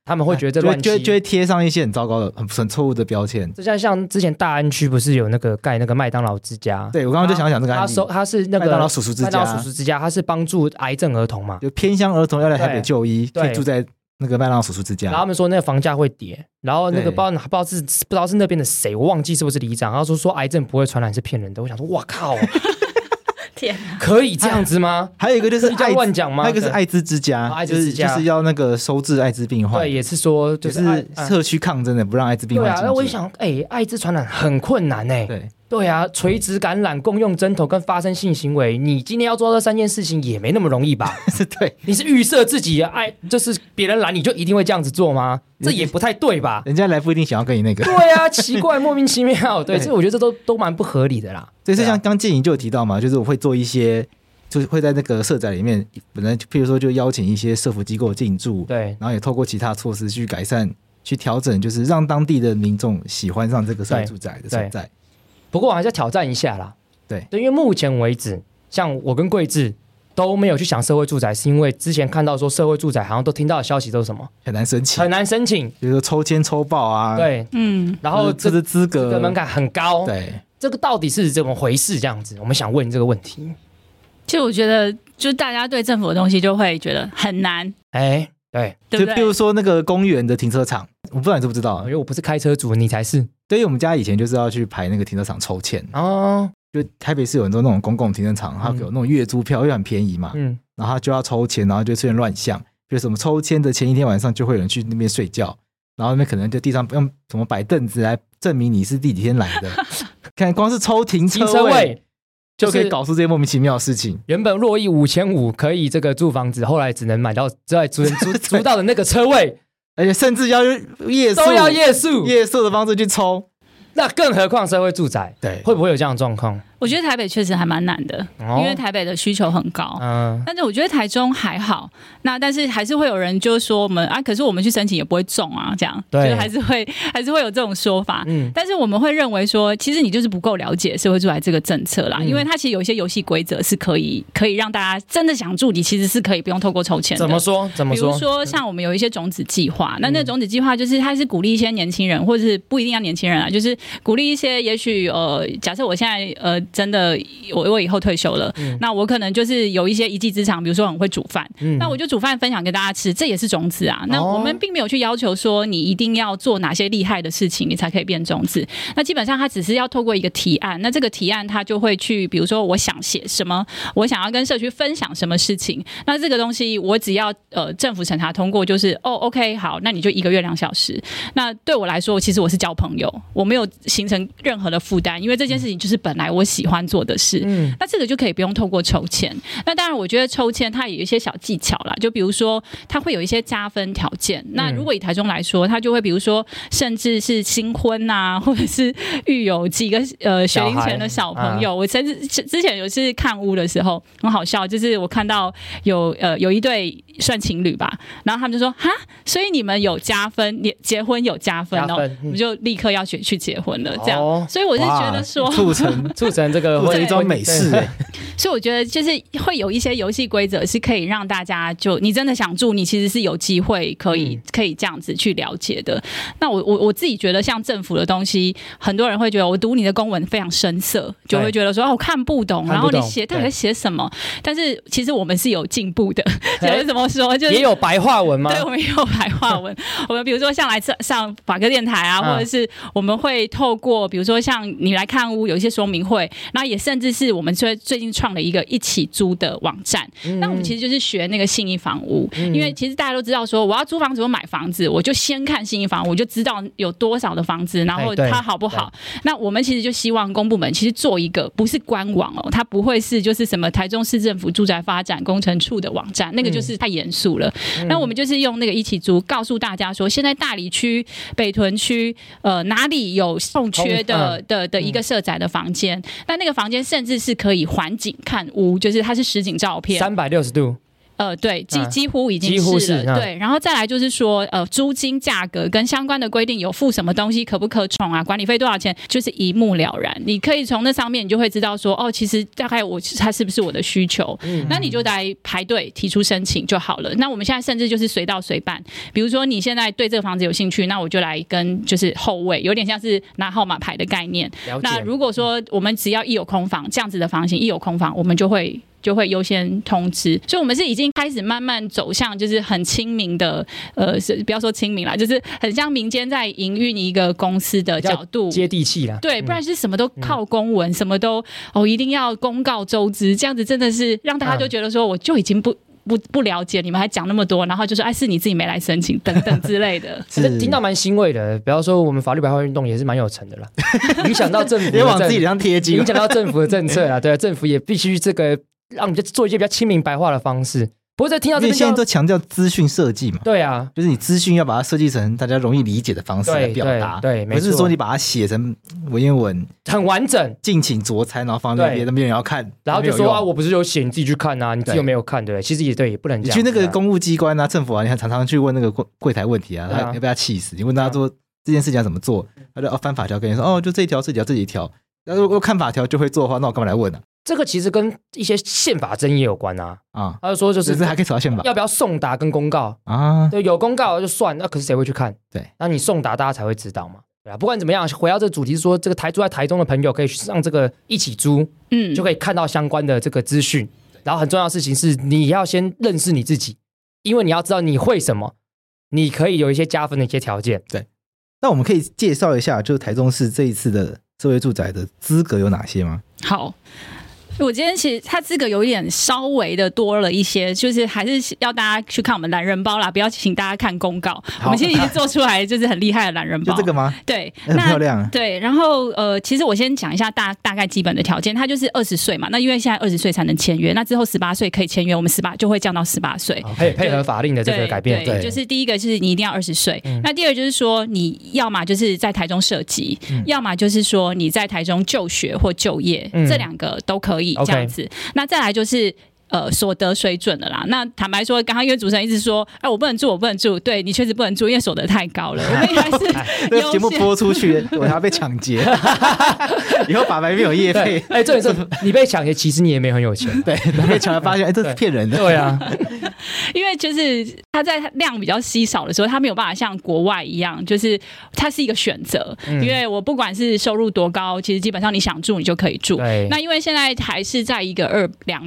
他们会觉得这乱就会贴上一些很糟糕的、很错误的标签。 就像之前大安区不是有那个盖那个麦当劳之家？ 对，我刚刚就想讲这个案例。 他是那个麦当劳叔叔之家，他是帮助癌症儿童嘛， 就偏乡儿童要来台北就医，可以住在那个麦当劳叔叔之家。 然后他们说那个房价会跌，然后那个不知道是那边的谁，我忘记是不是里长，然后说癌症不会传染是骗人的。我想说，哇靠！ 天， 可以这样子吗？ 还有一个就是乱讲吗？ 还有一个是艾滋之家，就是要那个收治艾滋病患。 对，也是说就是社区抗争的，不让艾滋病患进去。 对啊，那我一想，艾滋传染很困难对啊，垂直感染、共用针头跟发生性行为，你今天要做到这3件事情也没那么容易吧？ 对， 你是预设自己就是别人来你就一定会这样子做吗？这也不太对吧？ 人家来不一定想要跟你那个。 对啊，奇怪，莫名其妙。对，这我觉得这都蛮不合理的啦。 所以像刚建营就有提到嘛，就是我会做一些，就是会在那个社宅里面，本来譬如说就邀请一些社福机构进驻， 对， 然后也透过其他措施去改善、去调整，就是让当地的民众喜欢上这个社会住宅的存在。 不过我还是要挑战一下啦。 对， 因为目前为止，像我跟桂智都没有去想社会住宅，是因为之前看到说社会住宅好像都听到的消息都是什么很难申请，比如说抽签抽爆啊， 对，然后这个资格门槛很高， 对， 这个到底是怎么回事？这样子，我们想问这个问题。 其实我觉得，就大家对政府的东西就会觉得很难， 对， 就比如说那个公园的停车场，我不知道你知不知道， 因为我不是开车族，你才是。 对于我们家以前就是要去排那个停车场抽签哦，就台北市有很多那种公共停车场，它有那种月租票又很便宜嘛，然后它就要抽签，然后就出现乱象，比如什么抽签的前一天晚上就会有人去那边睡觉，然后那边可能就地上用什么摆凳子来证明你是第几天来的，看光是抽停车位就可以搞出这些莫名其妙的事情。 原本若意5500可以这个租房子，后来只能买到在租到的那个车位。 而且甚至要夜宿， 都要夜宿的方式去抽， 那更何况社会住宅， 对， 会不会有这样的状况？ 我觉得台北确实还蛮难的，因为台北的需求很高。但是我觉得台中还好。那但是还是会有人就说我们可是我们去申请也不会中啊，这样，对，就还是会有这种说法。但是我们会认为说，其实你就是不够了解社会住宅这个政策啦，因为它其实有一些游戏规则是可以让大家真的想住，你其实是可以不用透过抽签的。 怎么说？比如说像我们有一些种子计划，那种子计划就是它是鼓励一些年轻人，或者是不一定要年轻人啊，就是鼓励一些也许假设我现在真的我以后退休了，那我可能就是有一些一技之长，比如说很会煮饭，那我就煮饭分享给大家吃，这也是种子啊。那我们并没有去要求说你一定要做哪些厉害的事情你才可以变种子，那基本上它只是要透过一个提案，那这个提案它就会去比如说我想写什么，我想要跟社区分享什么事情，那这个东西我只要政府审查通过，就是OK 好，那你就1个月2小时。那对我来说其实我是交朋友，我没有形成任何的负担，因为这件事情就是本来我喜欢做的事，那这个就可以不用透过抽签。那当然我觉得抽签它也有一些小技巧啦，就比如说它会有一些加分条件，那如果以台中来说，它就会比如说甚至是新婚啊，或者是育有几个学龄前的小朋友，我甚至之前有次看屋的时候很好笑，就是我看到有一对算情侣吧，然后他们就说哈，所以你们有加分，结婚有加分哦，我们就立刻要去结婚了这样。所以我是觉得说促成这个会一桩美事所以我觉得就是会有一些游戏规则是可以让大家就你真的想住，你其实是有机会可以这样子去了解的。那我自己觉得像政府的东西，很多人会觉得我读你的公文非常生涩，就会觉得说我看不懂，然后你写到底在写什么？但是其实我们是有进步的，就是怎么说，就是也有白话文吗？ 对，我们也有白话文。我们比如说像来上法科电台啊，或者是我们会透过比如说像你来看屋有一些说明会，那也甚至是我们最近创了一个一起租的网站。那我们其实就是学那个信义房屋，因为其实大家都知道说我要租房子我买房子，我就先看信义房屋，我就知道有多少的房子，然后它好不好。那我们其实就希望公部门其实做一个不是官网哦，它不会是就是什么台中市政府住宅发展工程处的网站，那个就是太严肃了。那我们就是用那个一起租，告诉大家说现在大里区、北屯区哪里有空缺的一个社宅的房间，那个房间甚至是可以环景看屋，就是它是实景照片 360度。 对，几乎已经是了，对。然后再来就是说，租金价格跟相关的规定有附什么东西可不可宠啊，管理费多少钱，就是一目了然。你可以从那上面你就会知道说，其实大概它是不是我的需求，那你就来排队提出申请就好了。那我们现在甚至就是随到随办，比如说你现在对这个房子有兴趣，那我就来跟就是后卫，有点像是拿号码牌的概念。那如果说我们只要一有空房，这样子的房型一有空房，我们就会优先通知，所以我们是已经开始慢慢走向就是很亲民的，不要说亲民啦，就是很像民间在营运一个公司的角度， 接地气啦。 对，不然是什么都靠公文，什么都一定要公告周知，这样子真的是让大家就觉得说，我就已经不了解，你们还讲那么多，然后就说是你自己没来申请等等之类的。 听到蛮欣慰的。比方说我们法律白话运动也是蛮有成的啦，影响到政府别往自己脸上贴金， 影响到政府的政策啦。对，政府也必须这个让你做一些比较亲民白话的方式。不过在听到这边， 现在都强调资讯设计嘛， 对啊， 就是你资讯要把它设计成大家容易理解的方式来表达， 对， 不是说你把它写成文言文很完整， 敬请酌参，然后放在那边，没有人要看， 然后就说我不是有写，你自己去看啊，你自己又没有看，对，其实也对，也不能这样。 你去那个公务机关啊、政府啊，你还常常去问那个柜台问题啊，他要被他气死。你问他说这件事情要怎么做，他就翻法条跟你说，就这一条、这一条。然后如果看法条就会做的话，那我干嘛来问啊？ 这个其实跟一些宪法争议有关啊。他就说就是还可以扯到宪法， 要不要送达跟公告啊？对，有公告就算，那可是谁会去看？ 对， 那你送达大家才会知道嘛。对啊，不管怎么样，回到这个主题是说，这个住在台中的朋友可以上这个一起租，就可以看到相关的这个资讯。然后很重要的事情是，你要先认识你自己，因为你要知道你会什么，你可以有一些加分的一些条件。 对，那我们可以介绍一下，就是台中市这一次的社会住宅的资格有哪些吗？ 好。我今天其实它资格有一点稍微的多了一些，就是还是要大家去看我们懒人包啦，不要请大家看公告。我们其实已经做出来就是很厉害的懒人包， 就这个吗？ 对， 很漂亮。 对，然后其实我先讲一下大概基本的条件，它就是20岁嘛，那因为现在20岁才能签约，那之后18岁可以签约，我们18就会降到18岁， 配合法令的这个改变。 对，就是第一个是你一定要20岁，那第二就是说你要么就是在台中设籍，要么就是说你在台中就学或就业，这两个都可以这样子。那再来就是所得水准了啦。那坦白说，刚刚因为主持人一直说，我不能住，对，你确实不能住，因为所得太高了。我们还是这节目播出去，我还要被抢劫，以后法白没有业配。 重点是你被抢劫，其实你也没很有钱， 对，被抢了发现，这是骗人的。 对啊， 因为就是它在量比较稀少的时候，它没有办法像国外一样，就是它是一个选择。因为我不管是收入多高，其实基本上你想住你就可以住。那因为现在还是在一个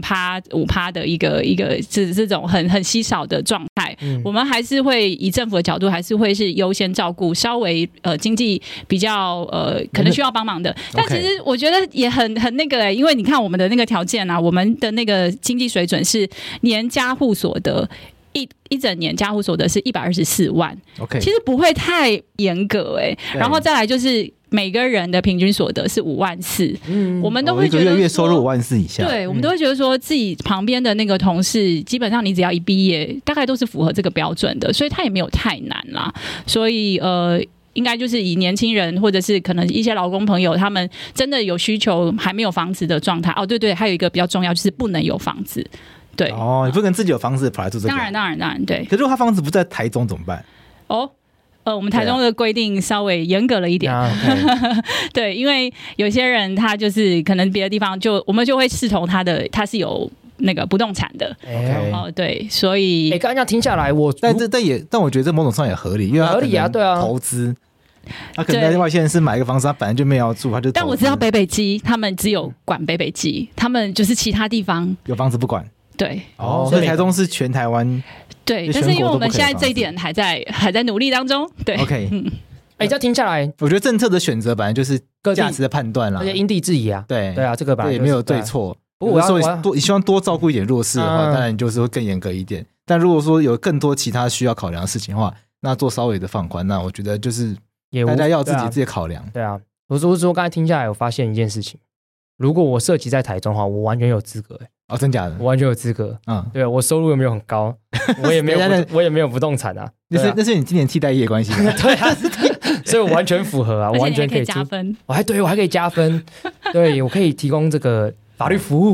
2%、5%的一个这种很稀少的状态，我们还是会以政府的角度，还是会是优先照顾稍微经济比较可能需要帮忙的。但其实我觉得也很那个因为你看我们的那个条件啊，我们的那个经济水准是年家户所得。一整年家户所得是124万，其实不会太严格然后再来就是每个人的平均所得是5万4，我们都会觉得一个月收入5万4以下， 对，我们都会觉得说自己旁边的那个同事，基本上你只要一毕业，大概都是符合这个标准的，所以他也没有太难啦。所以应该就是以年轻人或者是可能一些劳工朋友，他们真的有需求还没有房子的状态。对，还有一个比较重要就是不能有房子。对你不可能自己有房子跑来住这个。 当然，对。 可是如果他房子不在台中怎么办？ 我们台中的规定稍微严格了一点，对，因为有些人他就是可能别的地方我们就会视同他是有那个不动产的，对，所以刚刚这样听下来， 但我觉得这某种上也合理，因为他合理啊，对啊， 投资。他可能在外县市买一个房子，他本来就没有要住，他就。 但我知道北基他们只有管北基，他们就是其他地方有房子不管。 对， 所以台中是全台湾。 对，但是因为我们现在这一点还在努力当中。对 ，OK， 这样听下来， 我觉得政策的选择本来就是价值的判断啦， 而且因地制宜啊。对啊，这个本来也没有对错。不过你希望多照顾一点弱势的话，当然就是会更严格一点。但如果说有更多其他需要考量的事情的话，那做稍微的放宽，那我觉得就是大家要自己考量。 对啊，我说刚才听下来，我发现一件事情，如果我涉及在台中的话，我完全有资格。 真假的？ 我完全有资格。对，我收入又没有很高，我也没有不动产啊。 那是你今年替代役关系。 对啊，所以我完全符合啊，我完全可以加分。 我还可以加分。对，我可以提供这个法律服务。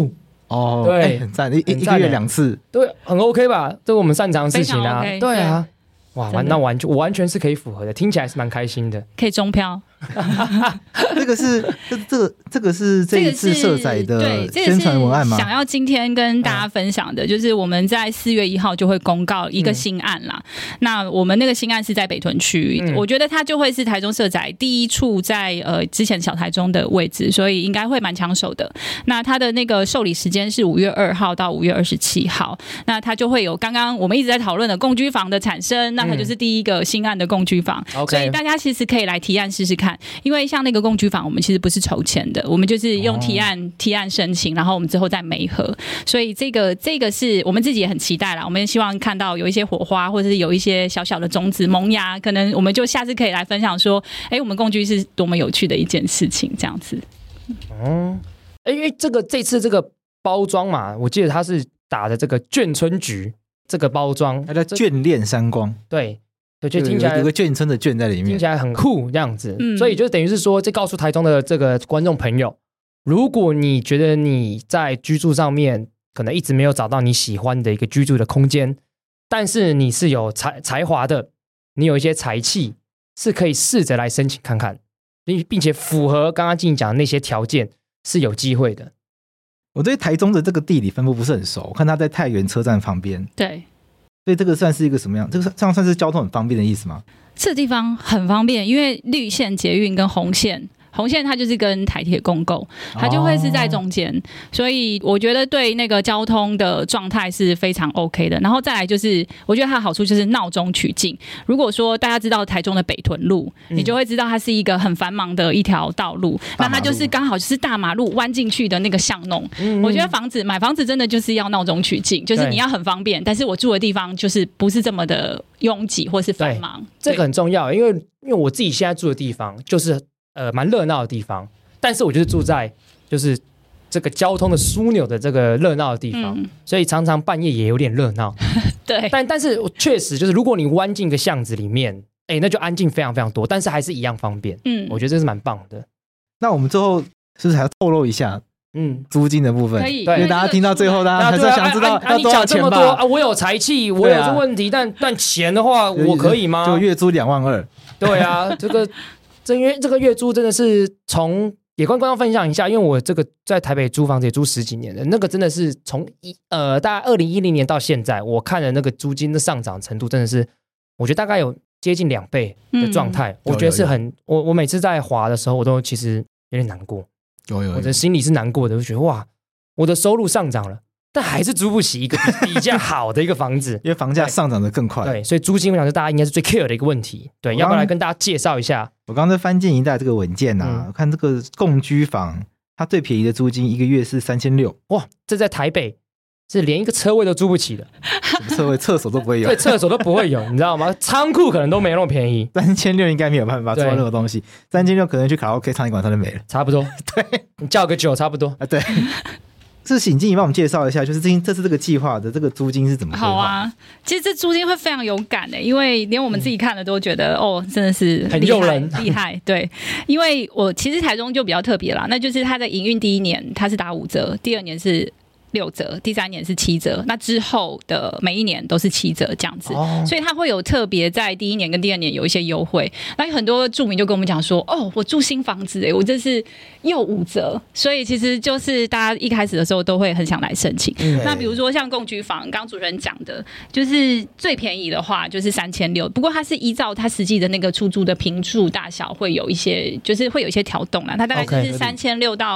哦， 对， 很赞，一个月2次， 对，很 OK 吧？这是我们擅长的事情啊， OK， 对啊，哇，那我完全是可以符合的，听起来是蛮开心的， 可以中漂。 这个是这一次社宅的宣传文案吗？ 想要今天跟大家分享的，就是我们在4月1号就会公告一个新案啦。那我们那个新案是在北屯区，我觉得它就会是台中社宅第一处在之前小台中的位置，所以应该会蛮抢手的。那它的那个受理时间是5月2号到5月27号，那它就会有刚刚我们一直在讨论的共居房的产生，那它就是第一个新案的共居房，所以大家其实可以来提案试试看。因为像那个共居房我们其实不是筹钱的，我们就是用提案申请，然后我们之后再媒合，所以这个是我们自己也很期待啦，我们也希望看到有一些火花，或者是有一些小小的种子萌芽，可能我们就下次可以来分享说我们共居是多么有趣的一件事情这样子。 因为这次这个包装嘛，我记得它是打的这个眷村局这个包装， 它叫眷恋山光， 对，就听起来有个眷村的眷在里面， 听起来很酷这样子，所以就等于是说，这告诉台中的这个观众朋友，如果你觉得你在居住上面可能一直没有找到你喜欢的一个居住的空间，但是你是有才华的，你有一些才气，是可以试着来申请看看，并且符合刚刚静讲的那些条件，是有机会的。 我对台中的这个地理分布不是很熟，我看它在太原车站旁边， 对。 所以这个算是一个什么样？这样算是交通很方便的意思吗？ 这个地方很方便，因为绿线捷运跟红线它就是跟台铁共构，它就会是在中间，所以我觉得对那个交通的状态是非常 OK 的。然后再来就是，我觉得它的好处就是闹中取静。如果说大家知道台中的北屯路，你就会知道它是一个很繁忙的一条道路，那它就是刚好就是大马路弯进去的那个巷弄。我觉得买房子真的就是要闹中取静，就是你要很方便，但是我住的地方就是不是这么的拥挤或是繁忙， 这个很重要，因为我自己现在住的地方就是蛮热闹的地方，但是我就是住在就是这个交通的枢纽的这个热闹的地方，所以常常半夜也有点热闹。 对， 但是确实就是如果你弯进一个巷子里面，那就安静非常非常多，但是还是一样方便。我觉得这是蛮棒的。 那我们最后是不是还要透露一下租金的部分？ 可以， 因为大家听到最后，大家还是想知道要多少钱吧？ 我有才气，我有这问题，但钱的话，我可以吗？ 就月租22000。 对啊，因为这个月租真的是也跟观众分享一下，因为我这个在台北租房子也租10几年了，那个真的是从大概2010年到现在，我看的那个租金的上涨程度真的是，我觉得大概有接近2倍的状态。我觉得是我每次在滑的时候，我都其实有点难过，我的心里是难过的，就觉得哇，我的收入上涨了，但还是租不起一个比较好的一个房子， 因为房价上涨得更快。 对，所以租金我想是大家应该是最 care 的一个问题。对，要不要来跟大家介绍一下？ 我刚才翻建一代这个文件啊，看这个共居房，它最便宜的租金一个月是3600。 哇，这在台北是连一个车位都租不起的， 什么车位？厕所都不会有， 对，厕所都不会有，你知道吗？仓库可能都没那么便宜 ，3600应该没有办法做任何东西，3600可能去卡拉 OK 唱一晚它就没了， 差不多。 对， 你叫个酒差不多啊，对。是请经理帮我们介绍一下，就是这次这个计划的这个租金是怎么规划？ 好啊，其实这租金会非常有感的，因为连我们自己看了都觉得真的是很诱人， 厉害。对，因为我其实台中就比较特别啦，那就是它的营运第1年它是打5折，第2年是6折，第3年是7折，那之后的每一年都是7折这样子，所以它会有特别在第1年跟第2年有一些优惠。那有很多住民就跟我们讲说，我住新房子我这是又5折，所以其实就是大家一开始的时候都会很想来申请。那比如说像共居房，刚刚主持人讲的，就是最便宜的话就是3600，不过它是依照它实际的那个出租的坪数大小会有一些，就是会有一一些调动啦，它大概就是3600到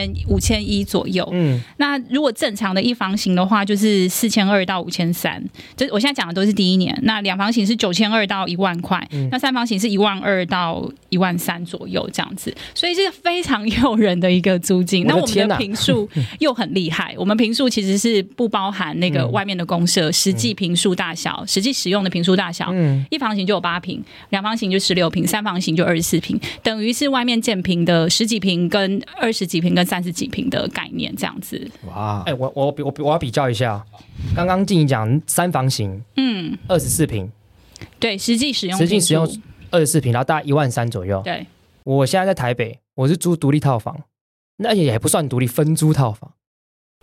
5100左右。那如果正常的一房型的话，就是4200到5300。这我现在讲的都是第1年。那2房型是9200到10000块，那3房型是12000到13000左右这样子，所以是非常诱人的一个租金。那我们的坪数又很厉害，我们坪数其实是不包含那个外面的公设，实际坪数大小，实际使用的坪数大小，一房型就有8坪，2房型就16坪，3房型就24坪，等于是外面建坪的10几坪跟20几坪跟30几坪的概念这样子。 哇，我要比较一下，刚刚静怡讲3房型，24坪， 对，实际使用 24坪，然后大概13000左右。 对， 我现在在台北，我是租独立套房，那也不算独立，分租套房，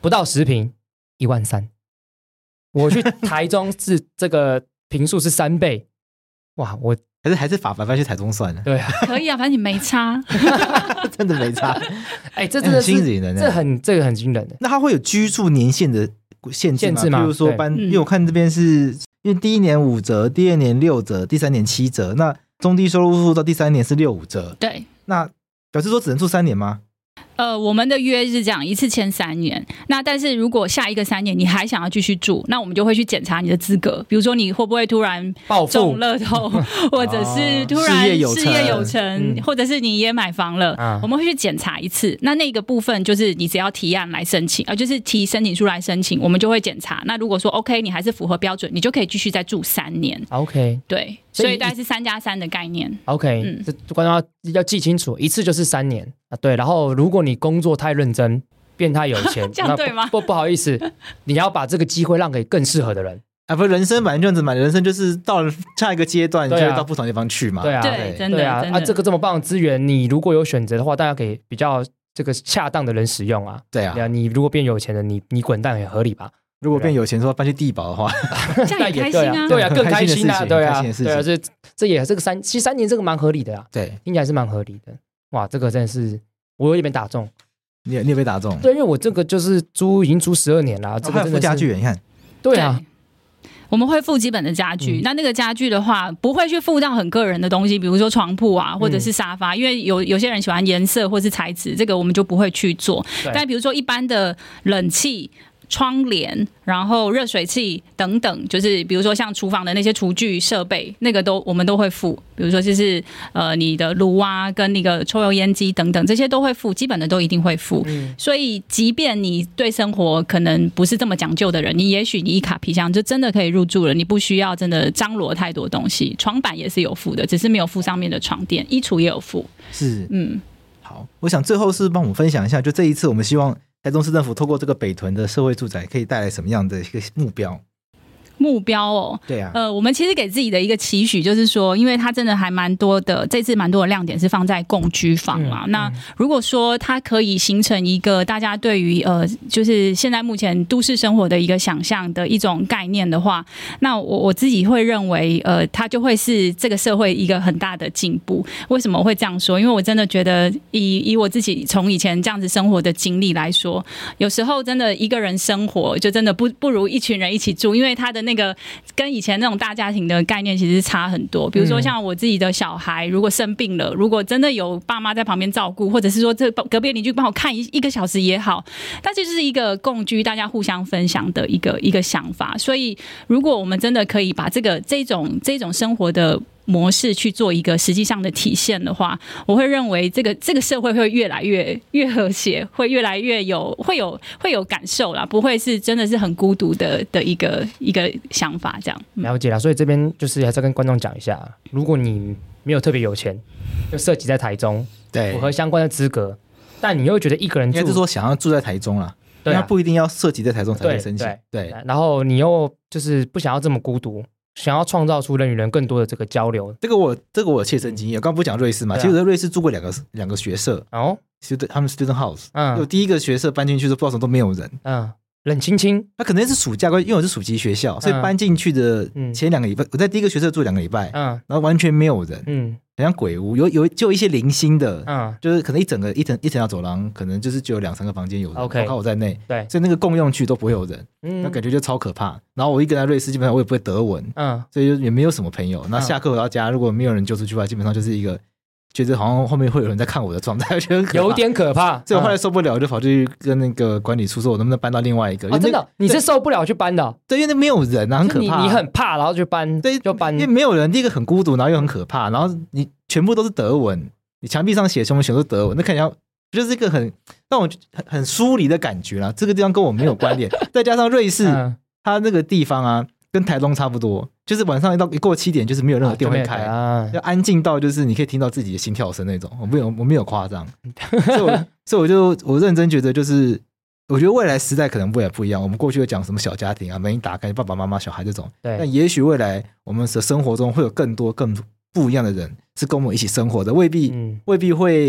不到10坪13000，我去台中是这个坪数是3倍，哇，我还是法白去台中算了。 对啊， 可以啊，反正你没差， 真的没差。 这真的是很惊人的， 这个很惊人的。 那它会有居住年限的限制吗？比如说因为我看这边是因为第1年5折，第2年6折，第3年7折，那中低收入户到第3年是65折。 对， 那表示说只能住3年吗？ 我们的约是这样，一次签3年。那但是如果下一个3年你还想要继续住，那我们就会去检查你的资格，比如说你会不会突然中乐透，或者是突然事业有成，或者是你也买房了，我们会去检查一次。那个部分就是你只要提案来申请，就是提申请书来申请，我们就会检查。那如果说 OK， 你还是符合标准，你就可以继续再住3年。 OK， 对，所以大概是3+3的概念。 OK，这观众要记清楚，一次就是3年。对，然后如果你工作太认真，变太有钱， 这样对吗？ 不好意思，你要把这个机会让给更适合的人。 不，人生本来就这样子嘛，人生就是到了下一个阶段，就会到不同地方去嘛。 对啊， 对，真的这个这么棒的资源，你如果有选择的话，大家可以比较这个恰当的人使用啊。 对啊， 你如果变有钱了，你滚蛋也合理吧？ 如果变有钱说搬去地堡的话， 这样也开心啊。 对啊，更开心啊，对啊， 对啊， 这也这个其实3年这个蛮合理的啊。 对， 听起来是蛮合理的。哇，这个真的是我有点被打中。 你有被打中？ 对，因为我这个就是已经租12年了，这个真的是附家具，你看。 对啊。 我们会附基本的家具，那个家具的话，不会去附到很个人的东西，比如说床铺啊，或者是沙发，因为有些人喜欢颜色或是材质，这个我们就不会去做。但比如说一般的冷气、窗帘，然后热水器等等，就是比如说像厨房的那些厨具设备，那个我们都会附。比如说就是你的炉啊，跟那个抽油烟机等等，这些都会附，基本的都一定会附。所以即便你对生活可能不是这么讲究的人，你也许你一卡皮箱就真的可以入住了，你不需要真的张罗太多东西。床板也是有附的，只是没有附上面的床垫，衣橱也有附。 是，好，我想最后是帮我们分享一下，就这一次我们希望台中市政府透过这个北屯的社会住宅可以带来什么样的一个目标？ 对啊，我们其实给自己的一个期许就是说，因为它真的还蛮多的，这次蛮多的亮点是放在共居房嘛。那如果说它可以形成一个大家对于就是现在目前都市生活的一个想象的一种概念的话，那我自己会认为它就会是这个社会一个很大的进步。为什么会这样说？因为我真的觉得以我自己从以前这样子生活的经历来说，有时候真的一个人生活就真的不如一群人一起住，因为他的那个跟以前那种大家庭的概念其实差很多。比如说像我自己的小孩如果生病了，如果真的有爸妈在旁边照顾，或者是说这隔壁邻居帮我看1个小时也好，但这就是一个共居大家互相分享的一个想法。所以如果我们真的可以把这种生活的模式去做一个实际上的体现的话，我会认为这个社会会越来越和谐，会越来越会有感受啦，不会是真的是很孤独的一个想法这样。 了解啦，所以这边就是还是要跟观众讲一下，如果你没有特别有钱，又涉及在台中， 对， 符合相关的资格，但你又觉得一个人住， 应该是说想要住在台中啦，对啊，不一定要涉及在台中才会申请，对， 然后你又就是不想要这么孤独，想要创造出人与人更多的这个交流， 这个我有切身经验。刚刚不讲瑞士嘛，其实我在瑞士住过两个学社哦，他们 student house，有第一个学社搬进去，不知道什么都没有人， 冷清清。 那可能是暑假，因为我是暑期学校，所以搬进去的前2个礼拜，我在第一个学社住2个礼拜，然后完全没有人，很像鬼屋，就一些零星的，就是可能一整条走廊，可能就是只有2-3个房间有人，包括我在内， 对， 所以那个共用区都不会有人，那感觉就超可怕。然后我一个人在瑞士，基本上我也不会德文，所以也没有什么朋友。那下课回到家，如果没有人揪出去的话，基本上就是一个觉得好像后面会有人在看我的状态，我觉得很可怕， 有点可怕。 所以我后来受不了，就跑去跟那个管理处说，我能不能搬到另外一个？ 真的，你是受不了去搬的？ 对，因为那没有人啊，很可怕。 你很怕，然后就搬， 对， 就搬， 因为没有人，第一个很孤独，然后又很可怕，然后你全部都是德文，你墙壁上写什么全都是德文，那看起来就是一个让我很疏离的感觉啦。这个地方跟我没有关联，再加上瑞士，它那个地方啊，跟台东差不多，就是晚上一过7点，就是没有任何店会开，要安静到就是你可以听到自己的心跳声那种。我没有夸张，所以我认真觉得，就是我觉得未来时代可能未来不一样。我们过去会讲什么小家庭啊，门一打开爸爸妈妈小孩这种，但也许未来我们的生活中会有更多更不一样的人是跟我们一起生活的，未必会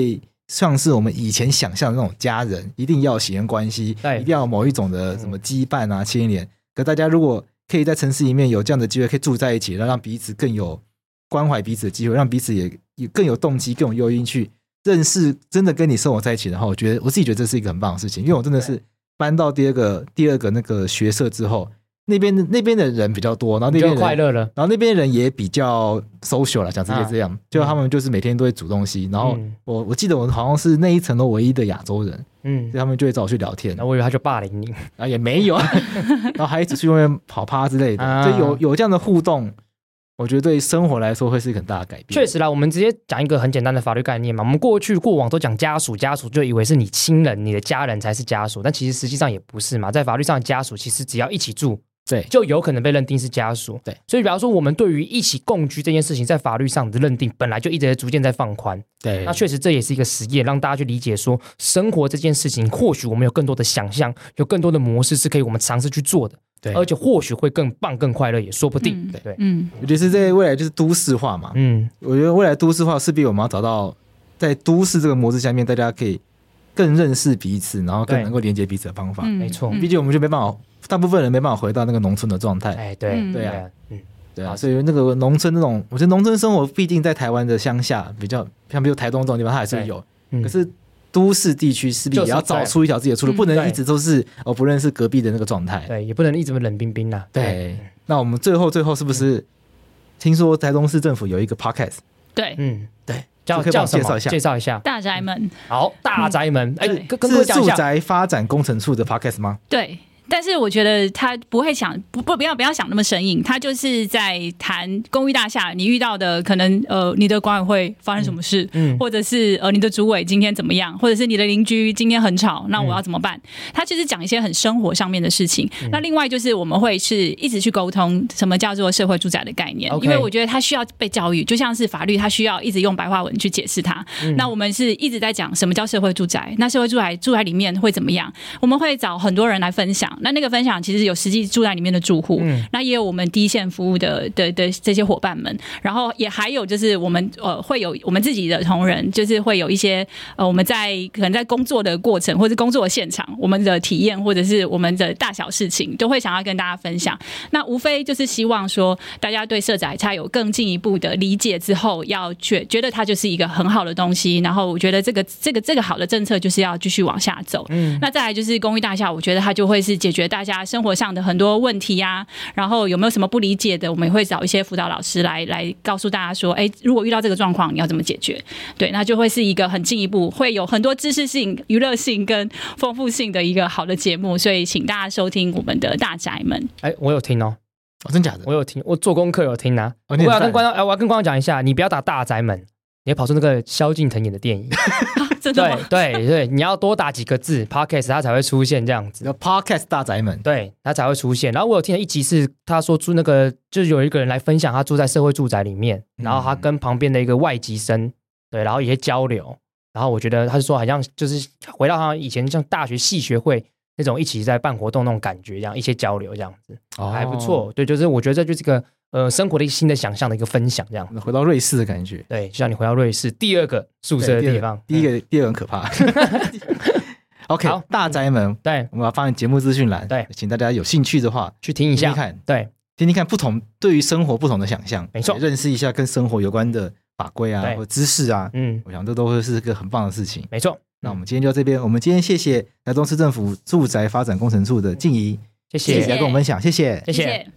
像是我们以前想象的那种家人，一定要血缘关系，一定要有某一种的什么羁绊啊牵连。可大家如果可以在城市里面有这样的机会可以住在一起，让彼此更有关怀彼此的机会，让彼此也更有动机更有诱因去认识真的跟你生活在一起的话，我自己觉得这是一个很棒的事情。因为我真的是搬到第二个那个学社之后，那边的人比较多，然后那边人快乐了， 然后那边人也比较 social 啦，讲直接这样，就他们就是每天都会煮东西，然后我记得我好像是那一层楼唯一的亚洲人，所以他们就会找我去聊天。 我以为他就霸凌你， 也没有，然后还一直去外面跑趴之类的，就有这样的互动。我觉得对生活来说会是一个很大的改变。 确实啦，我们直接讲一个很简单的法律概念嘛。我们过往都讲家属就以为是你亲人、你的家人才是家属，但其实实际上也不是嘛。在法律上的家属其实只要一起住，对，就有可能被认定是家属。对，所以比方说我们对于一起共居这件事情，在法律上的认定本来就一直在逐渐在放宽。对，那确实这也是一个实验，让大家去理解说，生活这件事情，或许我们有更多的想象，有更多的模式是可以我们尝试去做的。对，而且或许会更棒、更快乐，也说不定。对， 尤其是在未来就是都市化嘛。我觉得未来都市化势必我们要找到在都市这个模式下面，大家可以更认识彼此，然后更能够连接彼此的方法。 没错， 毕竟我们就没办法，大部分人没办法回到那个农村的状态。 对啊，所以那个农村那种，我觉得农村生活毕竟在台湾的乡下比较，像比如台东这种地方，它还是有，可是都市地区势必也要找出一条自己的出路，不能一直都是不认识隔壁的那个状态。 对，也不能一直冷冰冰啦。 对，那我们最后是不是听说台东市政府有一个 podcast？ 对， 对， 叫什么？介绍一下。 大宅门。 好，大宅门。跟各位讲一下， 是住宅发展工程处的 podcast 吗？ 对。但是我觉得他不会想不要想那么生硬，他就是在谈公寓大厦你遇到的可能你的管委会发生什么事，或者是你的主委今天怎么样，或者是你的邻居今天很吵，那我要怎么办？他其实讲一些很生活上面的事情。那另外就是我们会是一直去沟通什么叫做社会住宅的概念，因为我觉得他需要被教育，就像是法律他需要一直用白话文去解释它。那我们是一直在讲什么叫社会住宅，那社会住宅里面会怎么样，我们会找很多人来分享。那个分享其实有实际住在里面的住户，那也有我们第一线服务的这些伙伴们，然后也还有就是我们会有我们自己的同仁，就是会有一些我们可能在工作的过程或者工作的现场，我们的体验或者是我们的大小事情都会想要跟大家分享。那无非就是希望说大家对社宅它有更进一步的理解之后，要觉得它就是一个很好的东西，然后我觉得这个好的政策就是要继续往下走。那再来就是公寓大厦，我觉得它就会是解决大家生活上的很多问题啊，然后有没有什么不理解的，我们也会找一些辅导老师来告诉大家说，如果遇到这个状况你要怎么解决。对，那就会是一个很进一步，会有很多知识性、娱乐性跟丰富性的一个好的节目，所以请大家收听我们的大宅门。 我有听哦。 真假的？我有听，我做功课有听啊。我要跟观众讲一下，你不要打大宅门，你会跑出那个萧敬腾演的电影。 真的吗？ 对，你要多打几个字 podcast 它才会出现这样子。 podcast 大宅门， 对，它才会出现。然后我有听了一集是他说住那个，就是有一个人来分享他住在社会住宅里面，然后他跟旁边的一个外籍生，对，然后一些交流。然后我觉得他是说好像就是回到他以前像大学系学会那种一起在办活动那种感觉，这样一些交流这样子，还不错。对，就是我觉得这就是一个生活的一个新的想象的一个分享，这样回到瑞士的感觉。 对，就像你回到瑞士第二个宿舍的地方， 第二个很可怕。OK， 好，大宅门， 对， 我们要放在节目资讯栏， 对， 请大家有兴趣的话去听一下，对， 听听看不同对于生活不同的想象， 没错， 认识一下跟生活有关的法规啊或知识啊，我想这都会是一个很棒的事情， 没错。 那我们今天就到这边，我们今天谢谢台东市政府住宅发展工程处的静怡，谢谢来跟我们分享，谢谢。